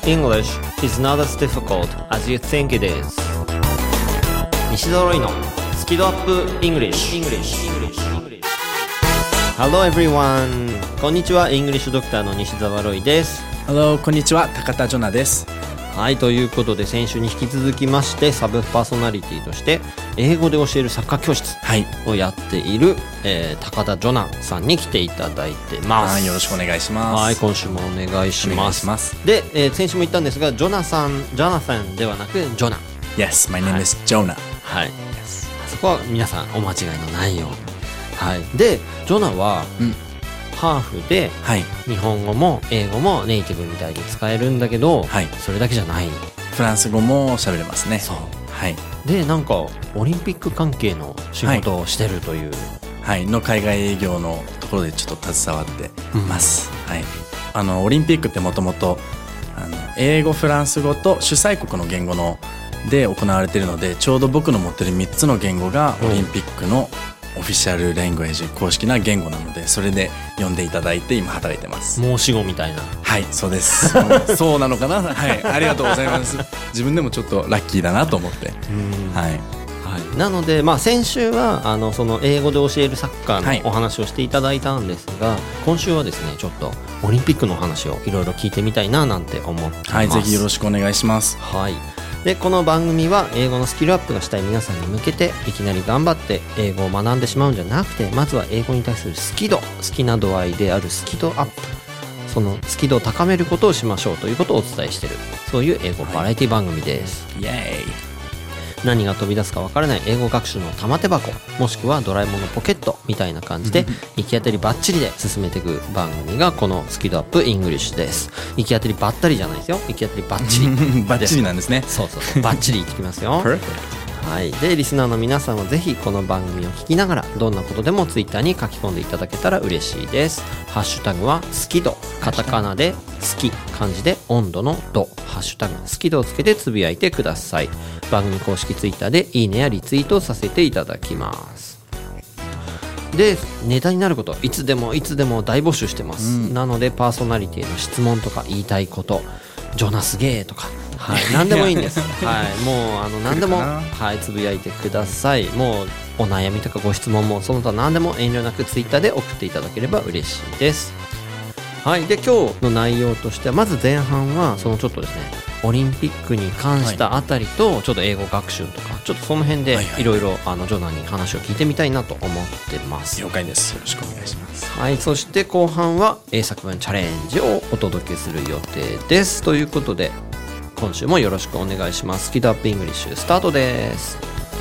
English is not as difficult as you think it is. 西澤ロイのスキドアップ English. Hello everyone. こんにちは。イングリッシュドクターの西澤ロイです。 Hello, こんにちは。高田ジョナです。 はい、ということで先週に引き続きましてサブパーソナリティとして英語で教えるサッカー教室をやっている、高田ジョナさんに来ていただいてます。 はい、よろしくお願いします。 はい、今週もお願いします。で、先週も言ったんですがジョナサンではなくジョナ。 Yes, my name is Jonah。 はい、そこは皆さんお間違いのないように。はい、でジョナは、ハーフで、日本語も英語もネイティブみたいに使えるんだけど、それだけじゃない。 フランス語も喋れますね。 そう、でなんかオリンピック関係の仕事をしてるという、 の海外営業のところでちょっと携わってます。オリンピックってもともと英語、フランス語と主催国の言語ので行われているので、ちょうど僕の持ってる3つの言語がオリンピックのオフィシャルラングエージ、公式な言語なので、それで呼んでいただいて今働いてます。 申し子みたいな。 はい、そうです。そうなのかな。はい、ありがとうございます。自分でもちょっとラッキーだなと思って。 なので、先週はその英語で教えるサッカーのお話をしていただいたんですが、今週はですねちょっとオリンピックの話をいろいろ聞いてみたいななんて思ってます。 はい、ぜひよろしくお願いします。 はい。でこの番組は英語のスキルアップがしたい皆さんに向けて、いきなり頑張って英語を学んでしまうんじゃなくて、まずは英語に対する好きな度合いであるスキドアップ、そのスキルを高めることをしましょうということをお伝えしている、そういう英語バラエティ番組です。 イエーイ。 何が飛び出すか分からない英語学習の玉手箱、もしくはドラえもんのポケットみたいな感じで行き当たりバッチリで進めていく番組がこのスキドアップイングリッシュです。行き当たりばったりじゃないですよ。行き当たりバッチリバッチリなんですね。 そうバッチリ行ってきますよ。はい、でリスナーの皆さんはぜひこの番組を聞きながら、どんなことでもツイッターに書き込んでいただけたら嬉しいです。ハッシュタグはスキド、カタカナで好き、漢字で温度の度、ハッシュタグスキドをつけてつぶやいてください。番組公式ツイッターでいいねやリツイートをさせていただきます。でネタになることいつでも大募集してます。なのでパーソナリティの質問とか言いたいこと、ジョナすげーとか、何でもいいんです。もう何でもつぶやいてください。もうお悩みとかご質問もその他何でも遠慮なくツイッターで送っていただければ嬉しいです。で今日の内容としては、まず前半はそのちょっとですねオリンピックに関したあたりと、ちょっと英語学習とかちょっとその辺でいろいろジョナに話を聞いてみたいなと思ってます。 了解です。よろしくお願いします。 そして後半は英作文チャレンジをお届けする予定です。ということで今週もよろしくお願いします。スキドアップイングリッシュスタートです。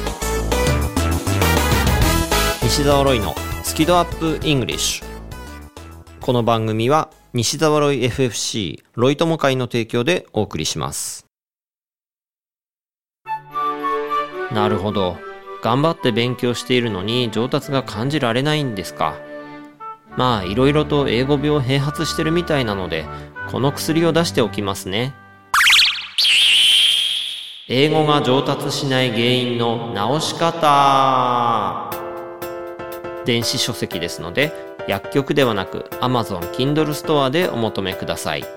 西澤ロイのスキドアップイングリッシュ。この番組は西澤ロイ FFC ロイ友会の提供でお送りします。なるほど、頑張って勉強しているのに上達が感じられないんですか。いろいろと英語病併発してるみたいなので、この薬を出しておきますね。英語が上達しない原因の直し方。電子書籍ですので、薬局ではなく Amazon Kindle ストアでお求めください。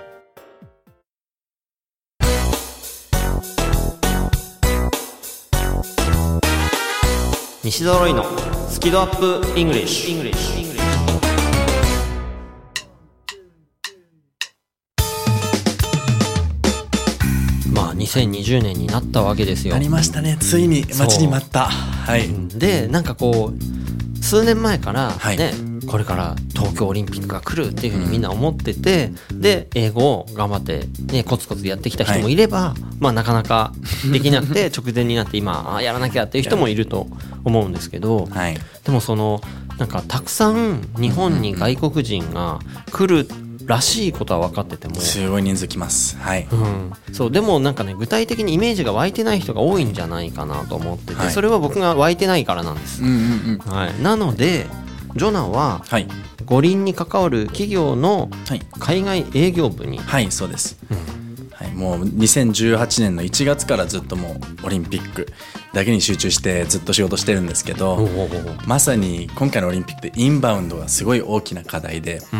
西澤ロイのスキドアップイングリッシュ。2020年になったわけですよ。 なりましたね。ついに待ちに待った。 でなんかこう数年前からね、これから東京オリンピックが来るっていうふうにみんな思ってて、で英語を頑張ってねコツコツやってきた人もいれば、なかなかできなくて直前になって今やらなきゃっていう人もいると思うんですけど、でもそのなんかたくさん日本に外国人が来るらしいことは分かっててもすごい人数来ます。 そうでもなんかね具体的にイメージが湧いてない人が多いんじゃないかなと思ってて、それは僕が湧いてないからなんです。なのでジョナは五輪に関わる企業の海外営業部に、 そうです、もう2018年の1月からずっともうオリンピックだけに集中してずっと仕事してるんですけど、まさに今回のオリンピックでインバウンドがすごい大きな課題で、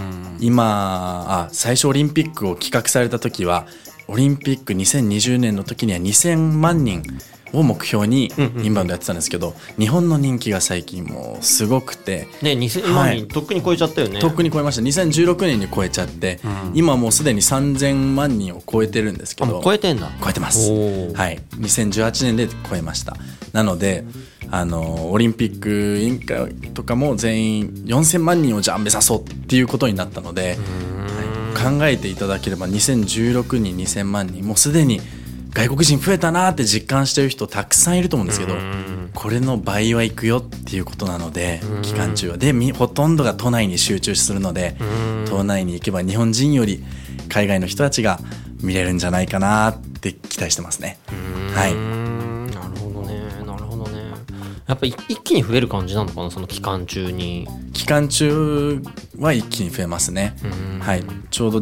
最初オリンピックを企画された時はオリンピック2020年の時には2000万人を目標にインバウンドやってたんですけど、日本の人気が最近もうすごくてね、2000万人とっくに超えちゃったよね。 とっくに超えました。2016年に超えちゃって、今もうすでに3000万人を超えてるんですけど。 超えてんだ。 超えてます。はい、2018年で超えました。なのでオリンピック委員会とかも全員4000万人をじゃあ目指そうっていうことになったので、考えていただければ2016人2000万人もうすでに外国人増えたなって実感してる人たくさんいると思うんですけど、これの倍はいくよっていうことなので、期間中はでほとんどが都内に集中するので、都内に行けば日本人より海外の人たちが見れるんじゃないかなって期待してますね。はい。 なるほどね、なるほどね。やっぱ一気に増える感じなのかな、その期間中に。 期間中は一気に増えますね。はい、ちょうど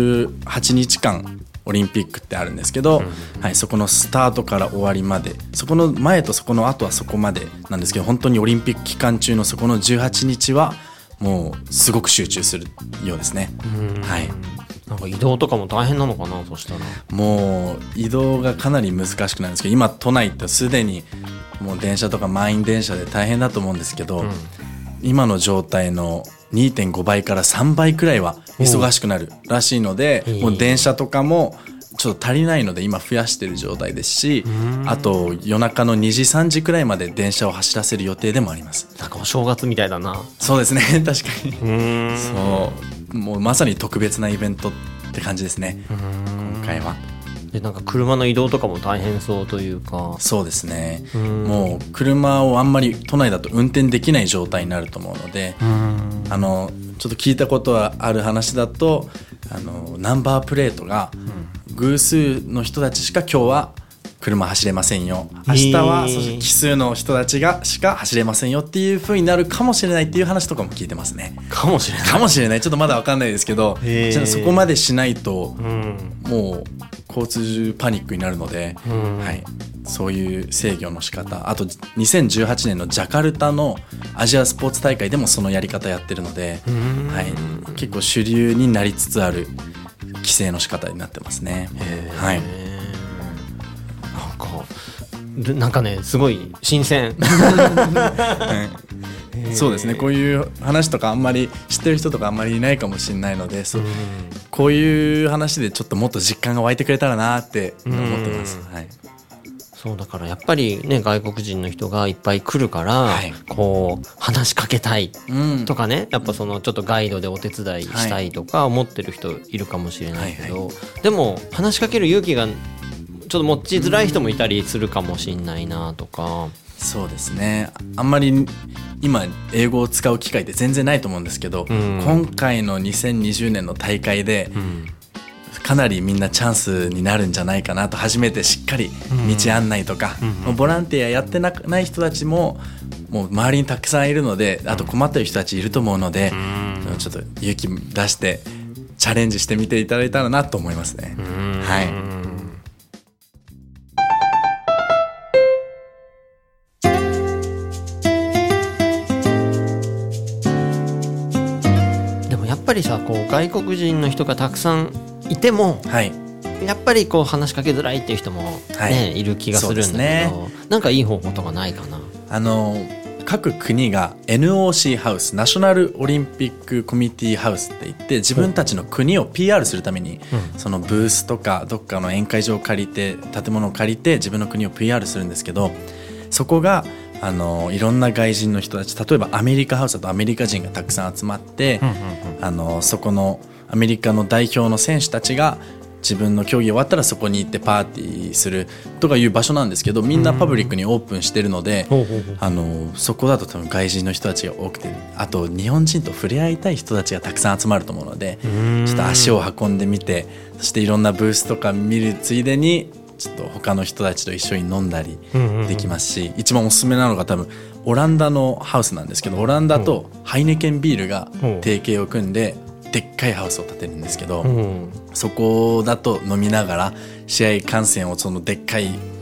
18日間オリンピックってあるんですけど、はい、そこのスタートから終わりまで、そこの前とそこの後はそこまでなんですけど、本当にオリンピック期間中のそこの18日はもうすごく集中するようですね。はい。 なんか移動とかも大変なのかな、そしたら。 もう移動がかなり難しくなるんですけど、今都内ってすでにもう電車とか満員電車で大変だと思うんですけど、今の状態の 2.5 倍から3倍くらいは忙しくなるらしいので、もう電車とかもちょっと足りないので今増やしてる状態ですし、あと夜中の2時3時くらいまで電車を走らせる予定でもあります。 なんかお正月みたいだな。 そうですね、確かに。そうもうまさに特別なイベントって感じですね、今回は。 でなんか車の移動とかも大変そうというか。 そうですね、もう車をあんまり都内だと運転できない状態になると思うので、ちょっと聞いたことはある話だと、ナンバープレートが偶数の人たちしか今日は車走れませんよ、明日は奇数の人たちがしか走れませんよっていう風になるかもしれないっていう話とかも聞いてますね。 かもしれない、 かもしれない、ちょっとまだ分かんないですけど、じゃあそこまでしないと、もう交通パニックになるので、はい、そういう制御の仕方、あと2018年のジャカルタのアジアスポーツ大会でもそのやり方やってるので、はい、結構主流になりつつある規制の仕方になってますね。はい。 なんかね、すごい新鮮。 そうですね、こういう話とかあんまり知ってる人とかあんまりいないかもしれないので、こういう話でちょっともっと実感が湧いてくれたらなって思ってます。はい。 そうだからやっぱりね、外国人の人がいっぱい来るから、こう話しかけたいとかね、やっぱそのちょっとガイドでお手伝いしたいとか思ってる人いるかもしれないけど、でも話しかける勇気がちょっと持ちづらい人もいたりするかもしれないなとか。 そうですね、あんまり今英語を使う機会って全然ないと思うんですけど、今回の2020年の大会で、かなりみんなチャンスになるんじゃないかなと。初めてしっかり道案内とか、ボランティアやってない人たちももう周りにたくさんいるので、あと困ってる人たちいると思うので、ちょっと勇気出してチャレンジしてみていただいたらなと思いますね。はい。 でもやっぱりさ、こう外国人の人がたくさんいても、やっぱりこう話しかけづらいっていう人も、いる気がするんだけど、なんかいい方法とかないかな。 各国が NOC ハウス、ナショナルオリンピックコミュニティハウスって言って、自分たちの国を PR するために、そのブースとかどっかの宴会場を借りて、建物を借りて自分の国を PR するんですけど、そこがいろんな外人の人たち、例えばアメリカハウスだとアメリカ人がたくさん集まって、そこのアメリカの代表の選手たちが自分の競技終わったらそこに行ってパーティーするとかいう場所なんですけど、みんなパブリックにオープンしてるので、そこだと多分外人の人たちが多くて、あと日本人と触れ合いたい人たちがたくさん集まると思うので、ちょっと足を運んでみて、そしていろんなブースとか見るついでにちょっと他の人たちと一緒に飲んだりできますし、一番おすすめなのが多分オランダのハウスなんですけど、オランダとハイネケンビールが提携を組んででっかいハウスを建てるんですけど、そこだと飲みながら試合観戦をそのでっかい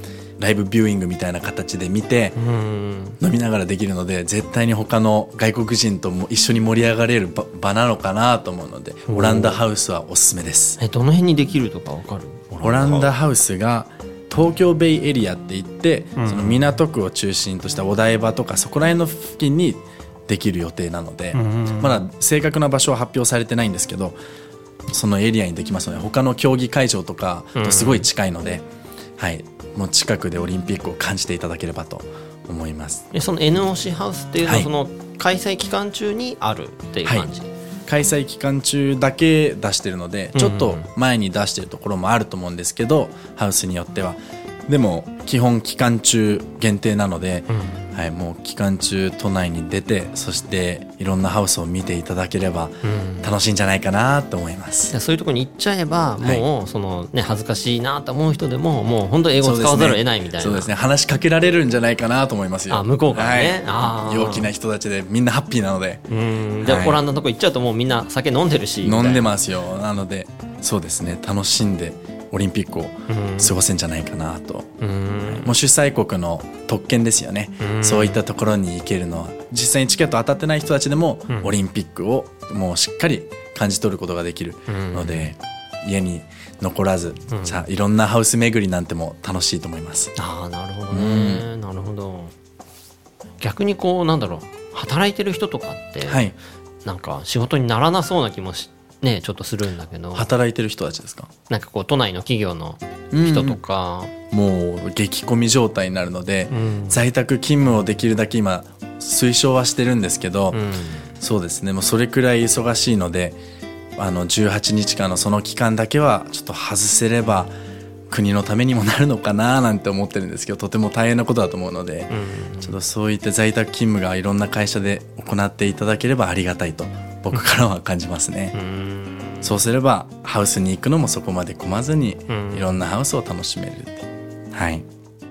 ライブビューイングみたいな形で見て飲みながらできるので、絶対に他の外国人とも一緒に盛り上がれる場なのかなと思うので、オランダハウスはおすすめです。 どの辺にできるとかわかる？ オランダハウスが東京ベイエリアって言って、その港区を中心としたお台場とかそこら辺の付近にできる予定なので、まだ正確な場所は発表されてないんですけど、そのエリアにできますので、他の競技会場とかとすごい近いので、はい、もう近くでオリンピックを感じていただければと思います。 その NOC ハウスっていうのは、その開催期間中にあるっていう感じ？はい、 開催期間中だけ出してるので、ちょっと前に出してるところもあると思うんですけど、ハウスによっては。でも基本期間中限定なので、はい、もう期間中都内に出て、そしていろんなハウスを見ていただければ楽しいんじゃないかなと思います。 そういうところに行っちゃえば、もうその、ね、恥ずかしいなと思う人でももう本当英語を使わざるを得ないみたいな。 そうですね、話しかけられるんじゃないかなと思いますよ。 向こうからね、 陽気な人たちでみんなハッピーなので。 じゃあオランダのとこ行っちゃうともうみんな酒飲んでるし、 飲んでますよ。なのでそうですね、楽しんでオリンピックを過ごせんじゃないかなと。もう主催国の特権ですよね。そういったところに行けるのは、実際にチケット当たってない人たちでもオリンピックをもうしっかり感じ取ることができるので、家に残らず、さあいろんなハウス巡りなんても楽しいと思います。 なるほどね、なるほど。逆にこうなんだろう、働いてる人とかって、なんか仕事にならなそうな気もね、ちょっとするんだけど。 働いてる人たちですか？ なんかこう都内の企業の人とか、 もう激混み状態になるので、在宅勤務をできるだけ今推奨はしてるんですけど、そうですね、もうそれくらい忙しいので、18日間のその期間だけはちょっと外せれば国のためにもなるのかななんて思ってるんですけど、とても大変なことだと思うので、ちょっとそういった在宅勤務がいろんな会社で行っていただければありがたいと僕からは感じますね。そうすればハウスに行くのもそこまで混まずに、いろんなハウスを楽しめるって。はい。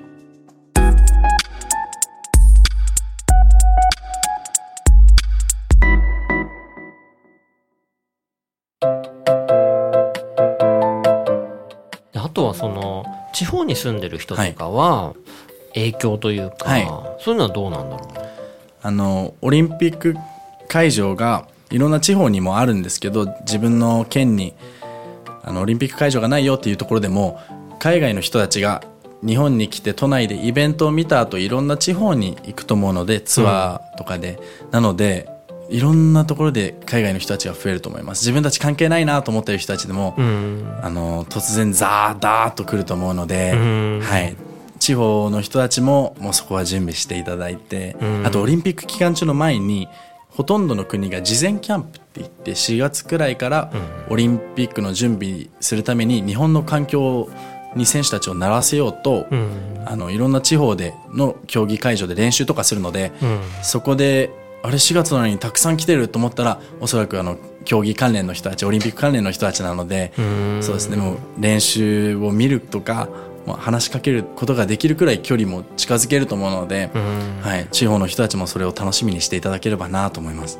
あとはその地方に住んでる人とかは影響というか、そういうのはどうなんだろう。 オリンピック会場がいろんな地方にもあるんですけど、自分の県にオリンピック会場がないよっていうところでも、海外の人たちが日本に来て都内でイベントを見た後、いろんな地方に行くと思うので、ツアーとかで、なのでいろんなところで海外の人たちが増えると思います。自分たち関係ないなと思っている人たちでも、突然ザーダーッと来ると思うので、はい、地方の人たちももうそこは準備していただいて、あとオリンピック期間中の前にほとんどの国が事前キャンプって言って、4月くらいからオリンピックの準備するために日本の環境に選手たちを慣らせようと、いろんな地方での競技会場で練習とかするので、そこであれ4月なのにたくさん来てると思ったら、おそらく競技関連の人たち、オリンピック関連の人たちなので、そうですね、もう練習を見るとか話しかけることができるくらい距離も近づけると思うので、はい、地方の人たちもそれを楽しみにしていただければなと思います。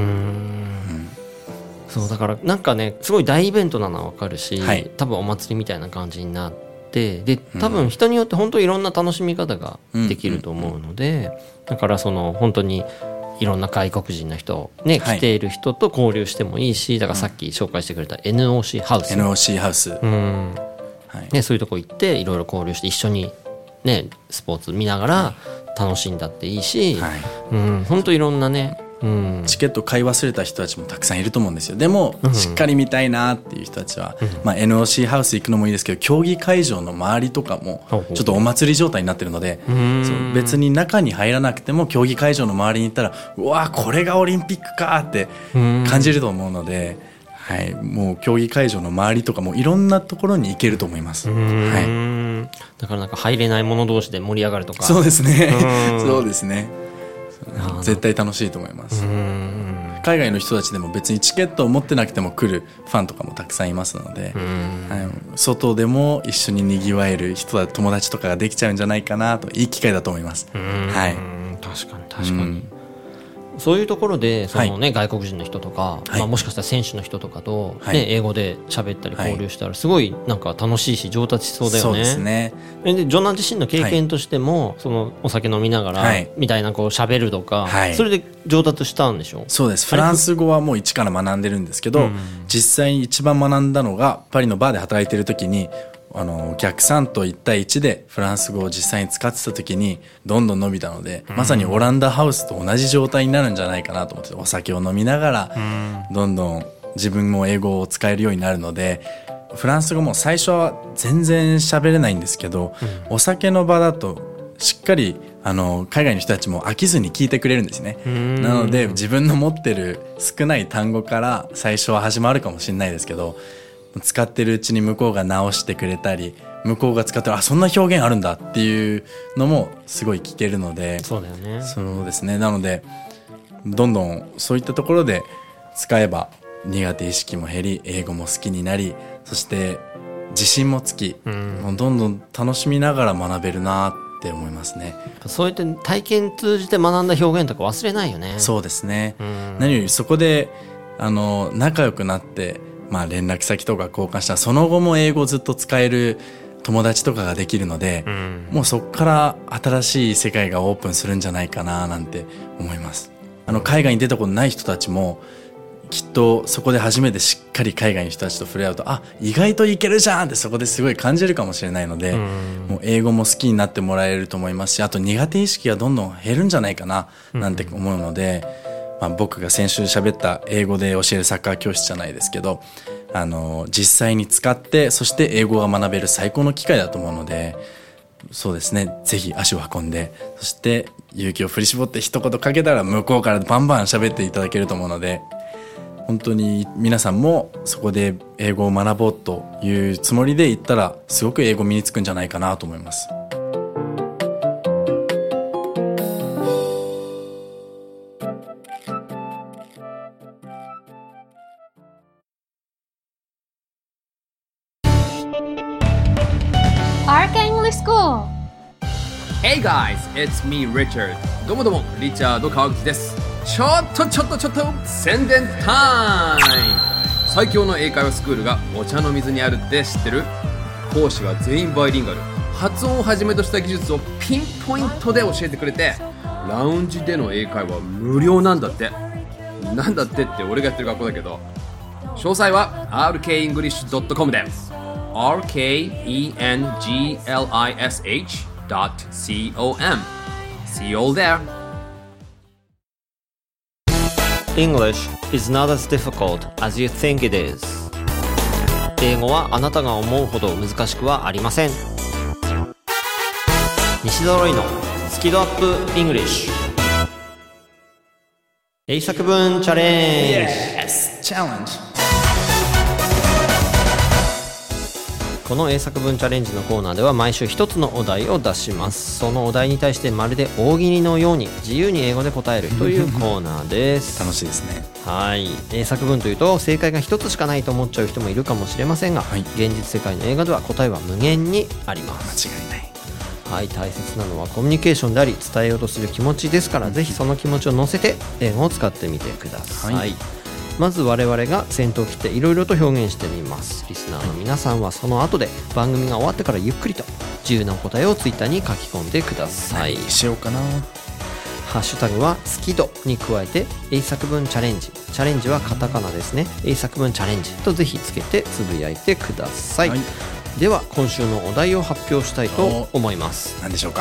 そうだからなんかね、すごい大イベントなのは分かるし、多分お祭りみたいな感じになって、で多分人によって本当にいろんな楽しみ方ができると思うので、だからその本当にいろんな外国人の人、ね、来ている人と交流してもいいし、だからさっき紹介してくれた NOC ハウス、 NOC ハウス、 ね、そういうとこ行っていろいろ交流して一緒に、ね、スポーツ見ながら楽しんだっていいし、本当いろんなね、 チケット買い忘れた人たちもたくさんいると思うんですよ。でもしっかり見たいなっていう人たちは、NOC ハウス行くのもいいですけど、競技会場の周りとかもちょっとお祭り状態になってるので、そう別に中に入らなくても競技会場の周りに行ったら、うわこれがオリンピックかって感じると思うので、はい、もう競技会場の周りとかもいろんなところに行けると思います。 だからなんか入れない者同士で盛り上がるとか。 そうですねそうですね、絶対楽しいと思います。海外の人たちでも別にチケットを持ってなくても来るファンとかもたくさんいますので、外でも一緒ににぎわえる人だ、友達とかができちゃうんじゃないかなと、いい機会だと思います。 確かに確かに。 そういうところでその、ね、外国人の人とか、もしかしたら選手の人とかと、ね、英語で喋ったり交流したらすごいなんか楽しいし上達しそうだよね。 そうですね。 でジョナ自身の経験としても、そのお酒飲みながらみたいなこう喋るとか、それで上達したんでしょ。 そうです。フランス語はもう一から学んでるんですけど、実際に一番学んだのがパリのバーで働いてる時にお客さんと1対1でフランス語を実際に使ってた時にどんどん伸びたので、まさにオランダハウスと同じ状態になるんじゃないかなと思って、お酒を飲みながらどんどん自分も英語を使えるようになるので、フランス語も最初は全然喋れないんですけど、お酒の場だとしっかり海外の人たちも飽きずに聞いてくれるんですね。なので自分の持ってる少ない単語から最初は始まるかもしれないですけど、使ってるうちに向こうが直してくれたり、向こうが使ってるそんな表現あるんだっていうのもすごい聞けるので。 そうだよね。 そうですね。なのでどんどんそういったところで使えば苦手意識も減り、英語も好きになり、そして自信もつき、どんどん楽しみながら学べるなって思いますね。 そうやって体験通じて学んだ表現とか忘れないよね。 そうですね。何よりそこで仲良くなって、連絡先とか交換したらその後も英語をずっと使える友達とかができるので、もうそこから新しい世界がオープンするんじゃないかななんて思います。海外に出たことない人たちもきっとそこで初めてしっかり海外の人たちと触れ合うと、意外といけるじゃんってそこですごい感じるかもしれないので、もう英語も好きになってもらえると思いますし、あと苦手意識がどんどん減るんじゃないかななんて思うので、僕が先週喋った英語で教えるサッカー教室じゃないですけど、実際に使ってそして英語が学べる最高の機会だと思うので、そうですね、ぜひ足を運んで、そして勇気を振り絞って一言かけたら向こうからバンバン喋っていただけると思うので、本当に皆さんもそこで英語を学ぼうというつもりで行ったらすごく英語身につくんじゃないかなと思います。 Hey guys, it's me Richard. どうもどうも、リチャード川口です。ちょっと宣伝タイム。最強の英会話スクールがお茶の水にあるって知ってる？講師は全員バイリンガル。発音をはじめとした技術をピンポイントで教えてくれて、ラウンジでの英会話無料なんだって。なんだってって俺がやってる学校だけど、詳細は rkenglish.com で rkenglish.com. See you all there. English is not as difficult as you think it is. 英語はあなたが思うほど難しくはありません。西揃いのスキドアップ English 英作文チャレンジ。 Yes! Challenge! この英作文チャレンジのコーナーでは毎週一つのお題を出します。そのお題に対してまるで大喜利のように自由に英語で答えるというコーナーです楽しいですね。 はい、英作文というと正解が一つしかないと思っちゃう人もいるかもしれませんが、現実世界の映画では答えは無限にあります。 間違いない。 はい、大切なのはコミュニケーションであり伝えようとする気持ちですから、ぜひその気持ちを乗せて英語を使ってみてください。まず我々が先頭を切っていろいろと表現してみます。リスナーの皆さんはその後で番組が終わってからゆっくりと自由なお答えをツイッターに書き込んでください。 何しようかな。 ハッシュタグは好き度に加えて英作文チャレンジ、チャレンジはカタカナですね。英作文チャレンジとぜひつけてつぶやいてください。では今週のお題を発表したいと思います。 何でしょうか。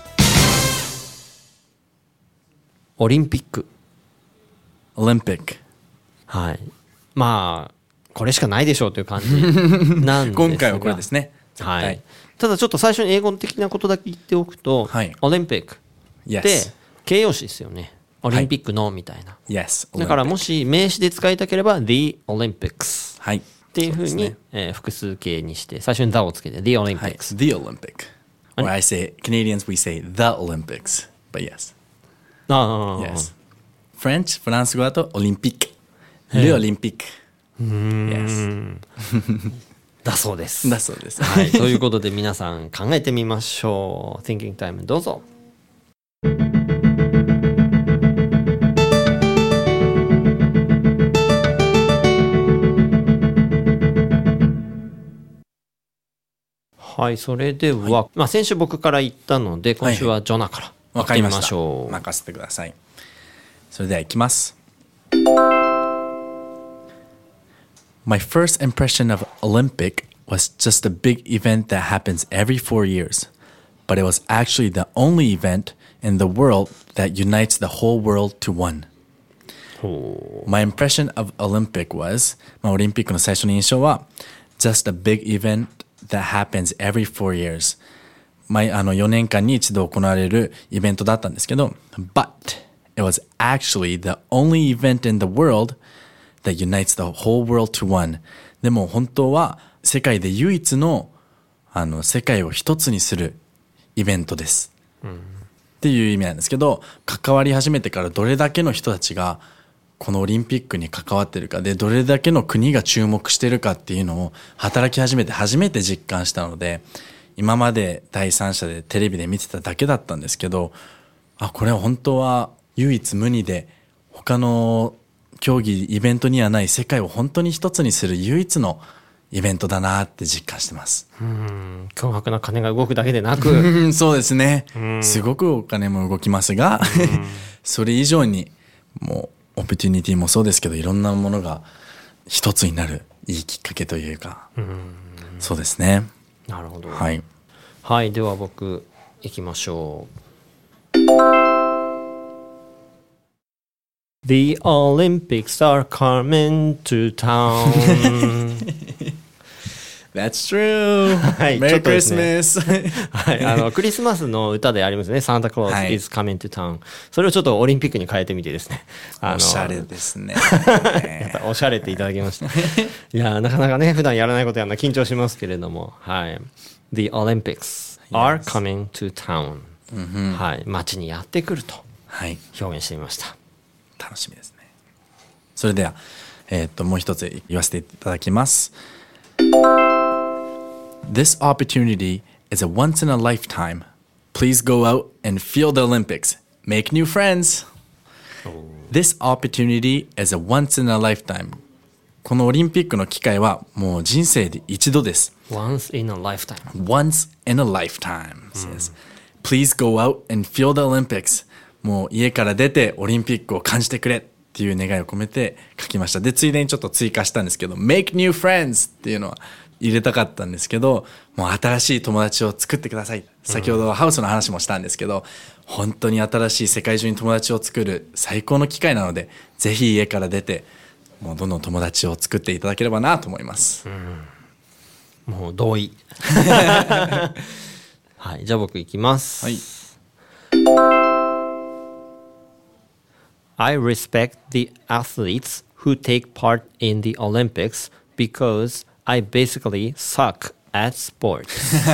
オリンピック。 オリンピック。 はい、まあこれしかないでしょうという感じなんですが今回はこれですね。 はい、ただちょっと最初に英語的なことだけ言っておくと、オリンピックって形容詞ですよね。オリンピックのみたいな、だからもし名詞で使いたければ The Olympics、っていうふうに複数形にして最初に The をつけて The Olympics、 The Olympic or I say Canadians we say The Olympics but yes French フランス語だとオリンピックLe Olympique。Yes。 だそうです。 だそうです。 はい。ということで皆さん考えてみましょう。Thinking Time どうぞ。 はい、それでは、まあ、先週僕から言ったので今週はジョナからわかりました。 行ってみましょう。 任せてください。それでは行きます。My first impression of Olympic was just a big event that happens every 4 years, but it was actually the only event in the world that unites the whole world to one. My impression of Olympic was, オリンピックの最初の印象は just a big event that happens every 4 years. 4年間に一度行われるイベントだったんですけど、but it was actually the only event in the world that unites the whole world to one. でも本当は世界で唯一の世界を一つにするイベントです、っていう意味なんですけど、関わり始めてからどれだけの人たちがこのオリンピックに関わってるかで、どれだけの国が注目してるかっていうのを働き始めて初めて実感したので、今まで第三者でテレビで見てただけだったんですけど、これは本当は唯一無二で他の競技イベントにはない世界を本当に一つにする唯一のイベントだなって実感してます。 巨額な金が動くだけでなくそうですね、すごくお金も動きますがそれ以上にもうオプテュニティもそうですけど、いろんなものが一つになるいいきっかけというか、そうですね。 なるほど。 はい、 はい、では僕行きましょう。The Olympics are coming to town. That's true. はい、 Merry Christmas. はい、クリスマスの歌でありますね。Santa Claus is coming to town。それをちょっとオリンピックに変えてみてですね。 おしゃれですね。 やっぱおしゃれっていただきました。いや、なかなかね、普段やらないことやるの緊張しますけれども、はい。The Olympics are coming to town。はい、街にやってくると表現してみました。 楽しみですね。それでは、もう一つ言わせていただきます。This opportunity is a once in a lifetime. Please go out and feel the Olympics. Make new friends. This opportunity is a once in a lifetime. このオリンピックの機会はもう人生で一度です。 Once in a lifetime. Once in a lifetime. Please go out and feel the Olympics. もう家から出てオリンピックを感じてくれっていう願いを込めて書きました。で、ついでにちょっと追加したんですけど、Make new friends っていうのは入れたかったんですけど、もう新しい友達を作ってください。先ほどハウスの話もしたんですけど、本当に新しい世界中に友達を作る最高の機会なので、ぜひ家から出てもうどんどん友達を作っていただければなと思います。 もう同意。はい、じゃあ僕いきます。 はい。 I respect the athletes who take part in the Olympics because I basically suck at sports.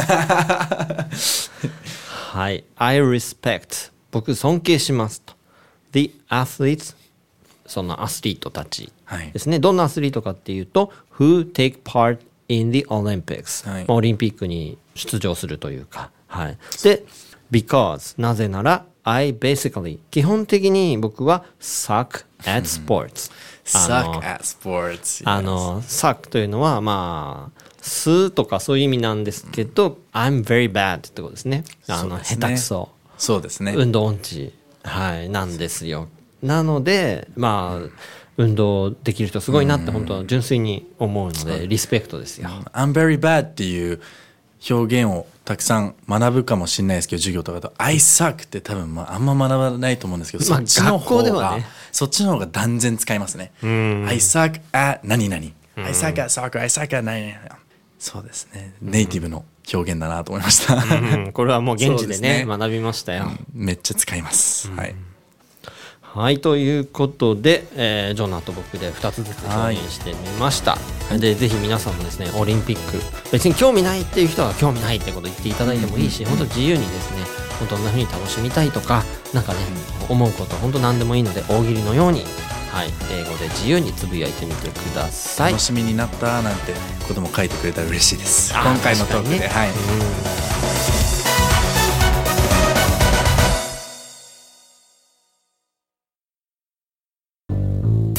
はい。I respect 僕尊敬しますと。The athletes そのアスリートたちですね。どんなアスリートかっていうと who take part in the Olympics、オリンピックに出場するというか。はい。で、because なぜならI basically 基本的に僕は suck at sports suck at sports suck というのはまあすとかそういう意味なんですけど、I'm very bad ってことですね。下手くそ。 そうですね。 運動音痴、はい、なんですよ。なのでまあ運動できる人すごいなって本当純粋に思うのでリスペクトですよ。 I'm very bad っていう表現をたくさん学ぶかもしれないですけど、授業とかだと I suck って多分あんま学ばないと思うんですけど、そっちの方が、そっちの方が断然使いますね。I suck at 何々、I suck at soccer、I suck at 何々。そうですね。ネイティブの表現だなと思いました。 これはもう現地でね学びましたよ。 めっちゃ使います。はい。 はい、ということで、ジョナと僕で2つずつ表現してみました、でぜひ皆さんもですねオリンピック別に興味ないっていう人は興味ないってこと言っていただいてもいいし、本当自由にですね本当どんな風に楽しみたいとかなんかね思うこと本当何でもいいので大喜利のように、はい、英語で自由につぶやいてみてください。 楽しみになったなんてことも書いてくれたら嬉しいです。今回のトークで、ね、はい。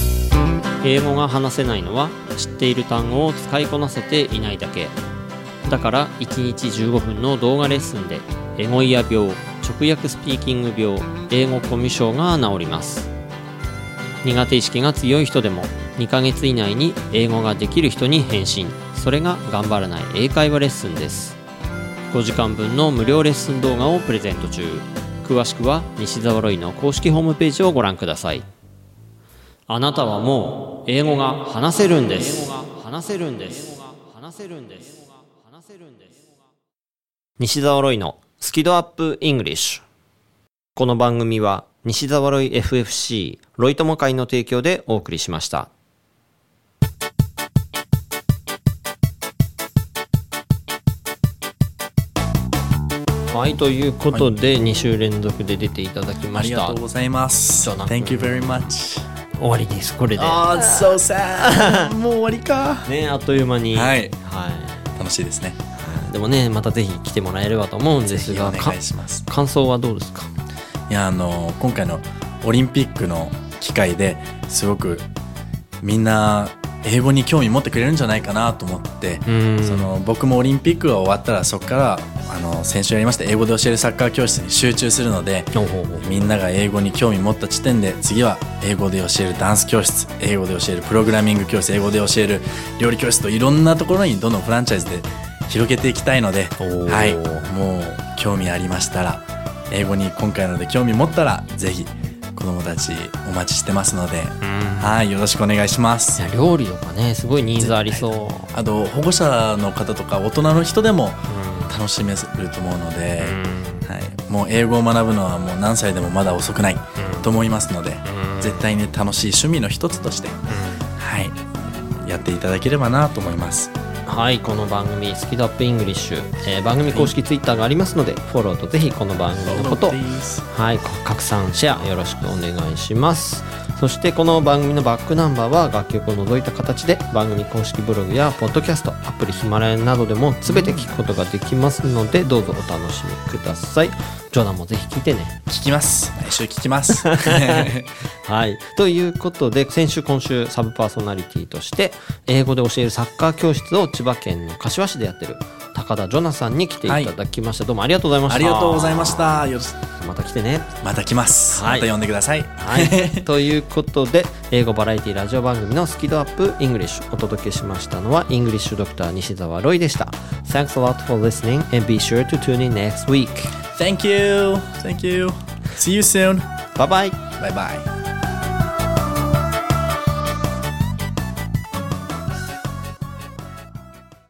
英語が話せないのは知っている単語を使いこなせていないだけ。 日から1日15分の動画レッスンでエゴイヤ病、直訳スピーキング病、英語コミュ障が治ります。苦手意識が強い人でも2ヶ月以内に英語ができる人に変身。それが頑張らない英会話レッスンです。5時間分の無料レッスン動画をプレゼント中。詳しくは西澤ロイの公式ホームページをご覧ください。あなたはもう英語が話せるんです。西澤ロイのスキドアップイングリッシュ。この番組は西澤ロイ FFC ロイ友会の提供でお送りしました。はい、ということで、2週連続で出ていただきました。 ありがとうございます。Thank you very much。 終わりです、これで。 Oh, so sad もう終わりか。 ね、あっという間に。 はい。楽しいですね。 でもね、またぜひ来てもらえればと思うんですが、 ぜひお願いします。 感想はどうですか？ いや、今回のオリンピックの機会ですごくみんな英語に興味持ってくれるんじゃないかなと思って、僕もオリンピックが終わったらそこから先週やりました英語で教えるサッカー教室に集中するので、みんなが英語に興味持った時点で次は英語で教えるダンス教室、英語で教えるプログラミング教室、英語で教える料理教室といろんなところにどんどんフランチャイズで広げていきたいので、はい、もう興味ありましたら、英語に今回ので興味持ったらぜひ子供たちお待ちしてますので、はい、よろしくお願いします。 いや、料理とかね、すごいニーズありそう。 あと保護者の方とか大人の人でも楽しめると思うので、はい、もう英語を学ぶのはもう何歳でもまだ遅くないと思いますので、絶対に楽しい趣味の一つとして、はい、やっていただければなと思います。 はい、この番組スキドアップイングリッシュ、番組公式ツイッターがありますので、フォローとぜひこの番組のこと、はい、拡散シェアよろしくお願いします。そしてこの番組のバックナンバーは楽曲を除いた形で番組公式ブログやポッドキャスト、アプリヒマラヤなどでも全て聞くことができますので、どうぞお楽しみください。ジョナもぜひ聞いてね。 聞きます、来週聞きますはい、ということで、先週今週サブパーソナリティとして英語で教えるサッカー教室を千葉県の柏市でやってる高田ジョナさんに来ていただきました。どうもありがとうございました。 ありがとうございました。 また来てね。 また来ます、また呼んでください。 はい、ということで、英語バラエティラジオ番組のスキドアップイングリッシュ、お届けしましたのはイングリッシュドクター西澤ロイでした。 Thanks a lot for listening and be sure to tune in next week. Thank you. See you soon. Bye bye. Bye bye.